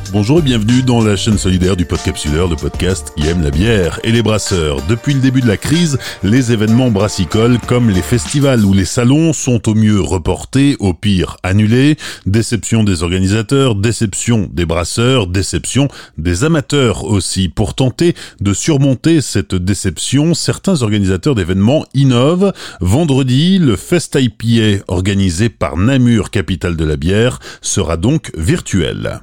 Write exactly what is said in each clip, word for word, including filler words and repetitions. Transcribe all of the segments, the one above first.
Bonjour et bienvenue dans la chaîne solidaire du Podcapsuleur, le podcast qui aime la bière et les brasseurs. Depuis le début de la crise, les événements brassicoles comme les festivals ou les salons sont au mieux reportés, au pire annulés. Déception des organisateurs, déception des brasseurs, déception des amateurs aussi. Pour tenter de surmonter cette déception, certains organisateurs d'événements innovent. Vendredi, le Fest I P A organisé par Namur, capitale de la bière, sera donc virtuel.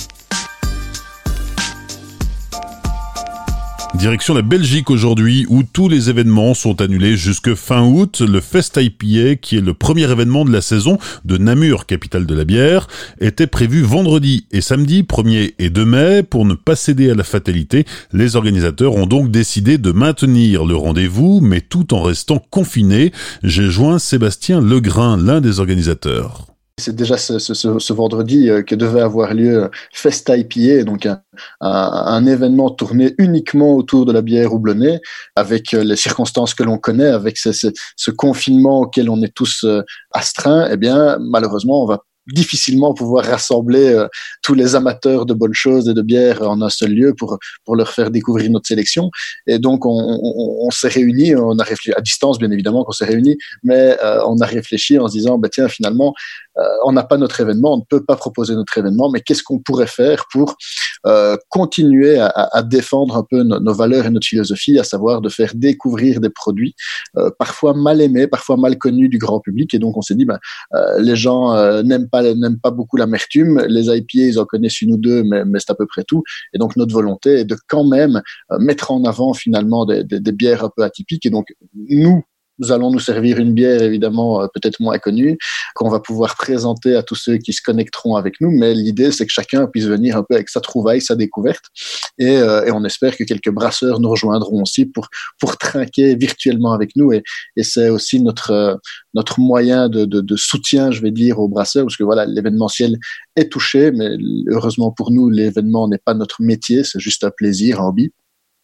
Direction la Belgique aujourd'hui où tous les événements sont annulés jusque fin août. Le Fest I P A, qui est le premier événement de la saison de Namur, capitale de la bière, était prévu vendredi et samedi premier et deux mai. Pour ne pas céder à la fatalité, les organisateurs ont donc décidé de maintenir le rendez-vous, mais tout en restant confinés. J'ai joint Sébastien Legrain, l'un des organisateurs. C'est déjà ce, ce, ce vendredi que devait avoir lieu Fest I P A, donc un, un, un événement tourné uniquement autour de la bière houblonnée, avec les circonstances que l'on connaît, avec ce, ce, ce confinement auquel on est tous astreints. Eh bien, malheureusement, on va difficilement pouvoir rassembler euh, tous les amateurs de bonnes choses et de bière en un seul lieu pour pour leur faire découvrir notre sélection. Et donc on, on, on s'est réunis, on a réfléchi à distance bien évidemment qu'on s'est réunis, mais euh, on a réfléchi en se disant bah tiens finalement euh, on n'a pas notre événement, on ne peut pas proposer notre événement, mais qu'est-ce qu'on pourrait faire pour euh, continuer à, à défendre un peu nos, nos valeurs et notre philosophie, à savoir de faire découvrir des produits euh, parfois mal aimés, parfois mal connus du grand public. Et donc on s'est dit bah euh, les gens euh, n'aiment pas n'aiment pas beaucoup l'amertume, les I P A ils en connaissent une ou deux, mais, mais c'est à peu près tout. Et donc notre volonté est de quand même euh, mettre en avant finalement des, des, des bières un peu atypiques. Et donc nous Nous allons nous servir une bière évidemment euh, peut-être moins connue, qu'on va pouvoir présenter à tous ceux qui se connecteront avec nous, mais l'idée c'est que chacun puisse venir un peu avec sa trouvaille, sa découverte, et, euh, et on espère que quelques brasseurs nous rejoindront aussi pour pour trinquer virtuellement avec nous, et, et c'est aussi notre euh, notre moyen de, de, de soutien, je vais dire, aux brasseurs, parce que voilà, l'événementiel est touché, mais heureusement pour nous, l'événement n'est pas notre métier, c'est juste un plaisir, un hobby.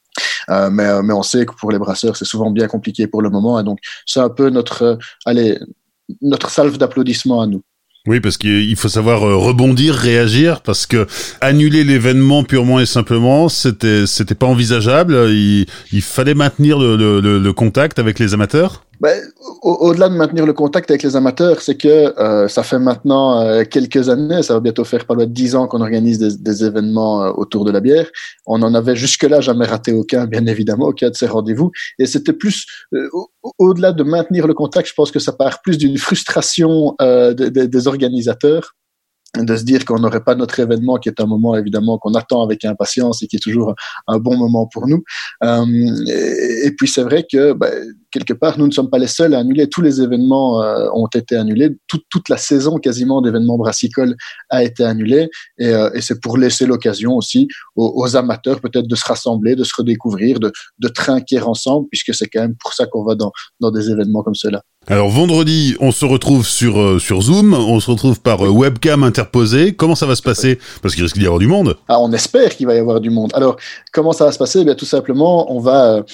Euh, mais, mais on sait que pour les brasseurs, c'est souvent bien compliqué pour le moment. Et donc, c'est un peu notre, euh, allez, notre salve d'applaudissements à nous. Oui, parce qu'il faut savoir rebondir, réagir, parce que annuler l'événement purement et simplement, c'était, c'était pas envisageable. Il, il fallait maintenir le, le, le contact avec les amateurs. Ben, au- au-delà de maintenir le contact avec les amateurs, c'est que euh, ça fait maintenant euh, quelques années, ça va bientôt faire pas loin de dix ans qu'on organise des, des événements euh, autour de la bière. On en avait jusque-là jamais raté aucun, bien évidemment, aucun de ces rendez-vous. Et c'était plus, euh, au- au-delà de maintenir le contact, je pense que ça part plus d'une frustration euh, de- de- des organisateurs, de se dire qu'on n'aurait pas notre événement, qui est un moment évidemment qu'on attend avec impatience et qui est toujours un bon moment pour nous. Euh, et, et puis c'est vrai que bah, quelque part nous ne sommes pas les seuls à annuler. Tous les événements euh, ont été annulés. Tout, toute la saison quasiment d'événements brassicoles a été annulée, et, euh, et c'est pour laisser l'occasion aussi aux, aux amateurs peut-être de se rassembler, de se redécouvrir, de, de trinquer ensemble, puisque c'est quand même pour ça qu'on va dans, dans des événements comme cela. Alors vendredi, on se retrouve sur euh, sur Zoom, on se retrouve par euh, webcam interposée. Comment ça va se passer ? Parce qu'il risque d'y avoir du monde. Ah, on espère qu'il va y avoir du monde. Alors, comment ça va se passer ? Eh bien, tout simplement, on va, euh,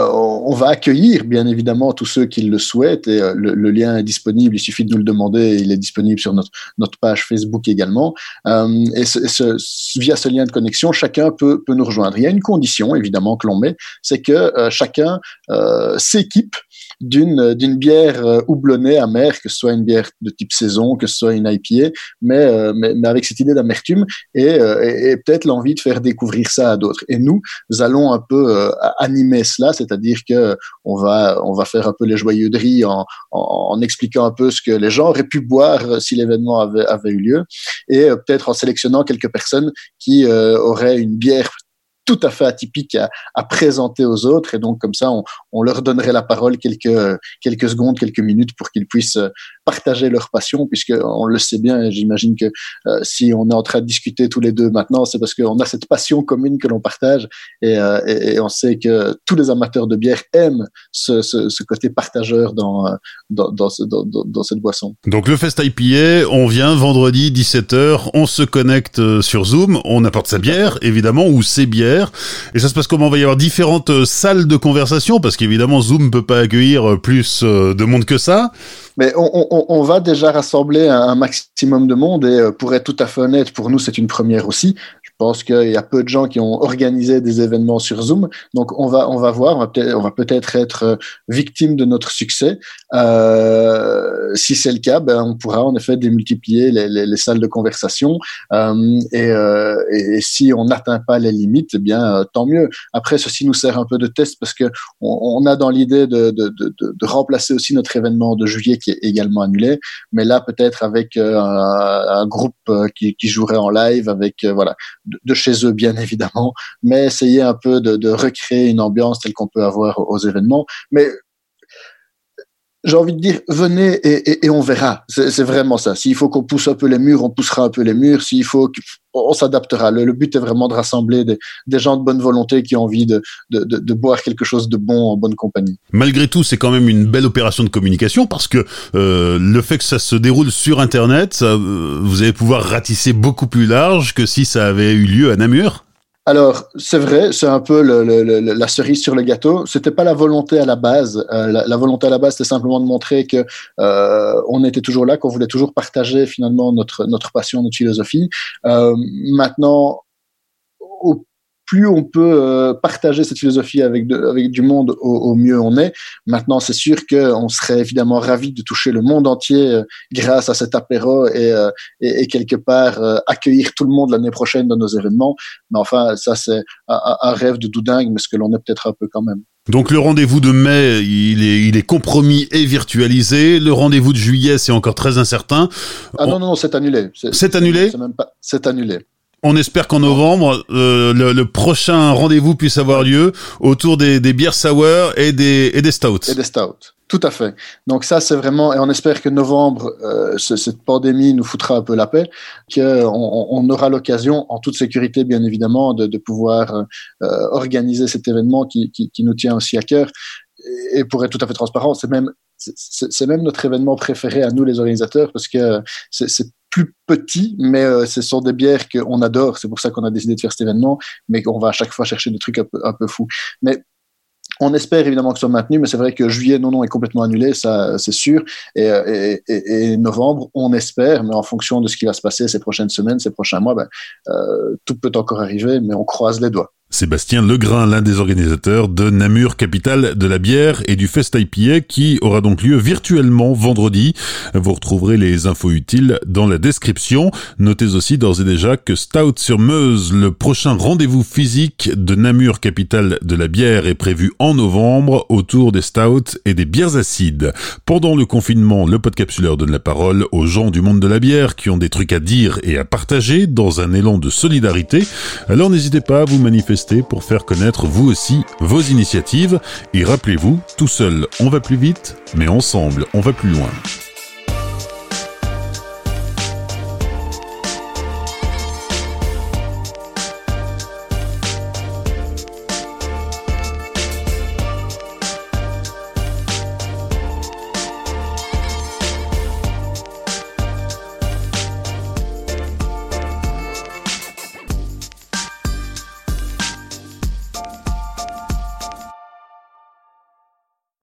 on va accueillir, bien évidemment, tous ceux qui le souhaitent. Et euh, le, le lien est disponible. Il suffit de nous le demander. Il est disponible sur notre notre page Facebook également. Euh, et ce, ce, via ce lien de connexion, chacun peut peut nous rejoindre. Il y a une condition, évidemment, que l'on met, c'est que euh, chacun euh, s'équipe d'une d'une bière euh, houblonnée amère, que ce soit une bière de type saison, que ce soit une I P A, mais euh, mais, mais avec cette idée d'amertume, et, euh, et, et peut-être l'envie de faire découvrir ça à d'autres. Et nous, nous allons un peu euh, animer cela, c'est-à-dire que on va on va faire un peu les joyeux de riz en, en en expliquant un peu ce que les gens auraient pu boire si l'événement avait avait eu lieu, et euh, peut-être en sélectionnant quelques personnes qui euh, auraient une bière tout à fait atypique à, à présenter aux autres, et donc comme ça on, on leur donnerait la parole quelques quelques secondes, quelques minutes pour qu'ils puissent partager leur passion, puisque on le sait bien, et j'imagine que euh, si on est en train de discuter tous les deux maintenant, c'est parce qu'on a cette passion commune que l'on partage, et, euh, et, et on sait que tous les amateurs de bière aiment ce, ce, ce côté partageur dans dans dans, ce, dans dans cette boisson. Donc le Fest I P A, on vient vendredi dix-sept heures, on se connecte sur Zoom, on apporte sa bière évidemment ou ses bières. Et ça se passe comment ? Il va y avoir différentes salles de conversation, parce qu'évidemment Zoom peut pas accueillir plus de monde que ça. Mais on, on, on va déjà rassembler un maximum de monde, et pour être tout à fait honnête, pour nous c'est une première aussi. pense qu'il y a peu de gens qui ont organisé des événements sur Zoom. Donc, on va, on va voir, on va peut-être, on va peut-être être victime de notre succès. Euh, si c'est le cas, ben, on pourra en effet démultiplier les, les, les salles de conversation. Euh, et, euh, et, et si on n'atteint pas les limites, eh bien, euh, tant mieux. Après, ceci nous sert un peu de test parce que on, on a dans l'idée de, de, de, de, de remplacer aussi notre événement de juillet qui est également annulé. Mais là, peut-être avec euh, un, un groupe euh, qui, qui jouerait en live avec, euh, voilà, de, de chez eux, bien évidemment, mais essayer un peu de, de recréer une ambiance telle qu'on peut avoir aux événements. Mais j'ai envie de dire, venez et, et, et on verra. C'est, c'est vraiment ça. S'il faut qu'on pousse un peu les murs, on poussera un peu les murs. S'il faut, on s'adaptera. Le, le but est vraiment de rassembler des, des gens de bonne volonté qui ont envie de, de, de, de boire quelque chose de bon en bonne compagnie. Malgré tout, c'est quand même une belle opération de communication parce que euh, le fait que ça se déroule sur Internet, ça, euh, vous allez pouvoir ratisser beaucoup plus large que si ça avait eu lieu à Namur. Alors, c'est vrai, c'est un peu le, le, le, la cerise sur le gâteau. C'était pas la volonté à la base. Euh, la, la volonté à la base, c'était simplement de montrer que euh, on était toujours là, qu'on voulait toujours partager finalement notre notre passion, notre philosophie. Euh, maintenant, au plus on peut euh, partager cette philosophie avec, de, avec du monde, au, au mieux on est. Maintenant, c'est sûr qu'on serait évidemment ravis de toucher le monde entier euh, grâce à cet apéro et, euh, et, et quelque part euh, accueillir tout le monde l'année prochaine dans nos événements. Mais enfin, ça c'est un, un rêve de doudingue, mais ce que l'on est peut-être un peu quand même. Donc le rendez-vous de mai, il est, il est compromis et virtualisé. Le rendez-vous de juillet, c'est encore très incertain. Ah on... non, non, non, c'est annulé. C'est, c'est annulé ? C'est même pas, c'est annulé. On espère qu'en novembre, euh, le, le prochain rendez-vous puisse avoir lieu autour des, des bières sour et des, et des stouts. Et des stouts, tout à fait. Donc ça, c'est vraiment... Et on espère que novembre, euh, ce, cette pandémie nous foutra un peu la paix, qu'on on aura l'occasion, en toute sécurité bien évidemment, de, de pouvoir euh, organiser cet événement qui, qui, qui nous tient aussi à cœur. Et pour être tout à fait transparent, c'est même, c'est, c'est même notre événement préféré à nous les organisateurs parce que c'est, c'est plus petit, mais euh, ce sont des bières qu'on adore. C'est pour ça qu'on a décidé de faire cet événement, mais qu'on va à chaque fois chercher des trucs un peu, un peu fous. Mais on espère évidemment que ce soit maintenu, mais c'est vrai que juillet, non, non, est complètement annulé, ça, c'est sûr. Et, et, et, et novembre, on espère, mais en fonction de ce qui va se passer ces prochaines semaines, ces prochains mois, ben, euh, tout peut encore arriver, mais on croise les doigts. Sébastien Legrain, l'un des organisateurs de Namur, capitale de la bière et du Fest I P A, qui aura donc lieu virtuellement vendredi. Vous retrouverez les infos utiles dans la description. Notez aussi d'ores et déjà que Stout-sur-Meuse, le prochain rendez-vous physique de Namur, capitale de la bière, est prévu en novembre autour des stouts et des bières acides. Pendant le confinement, le Podcapsuleur donne la parole aux gens du monde de la bière qui ont des trucs à dire et à partager dans un élan de solidarité. Alors n'hésitez pas à vous manifester pour faire connaître vous aussi vos initiatives. Et rappelez-vous, tout seul on va plus vite, mais ensemble on va plus loin.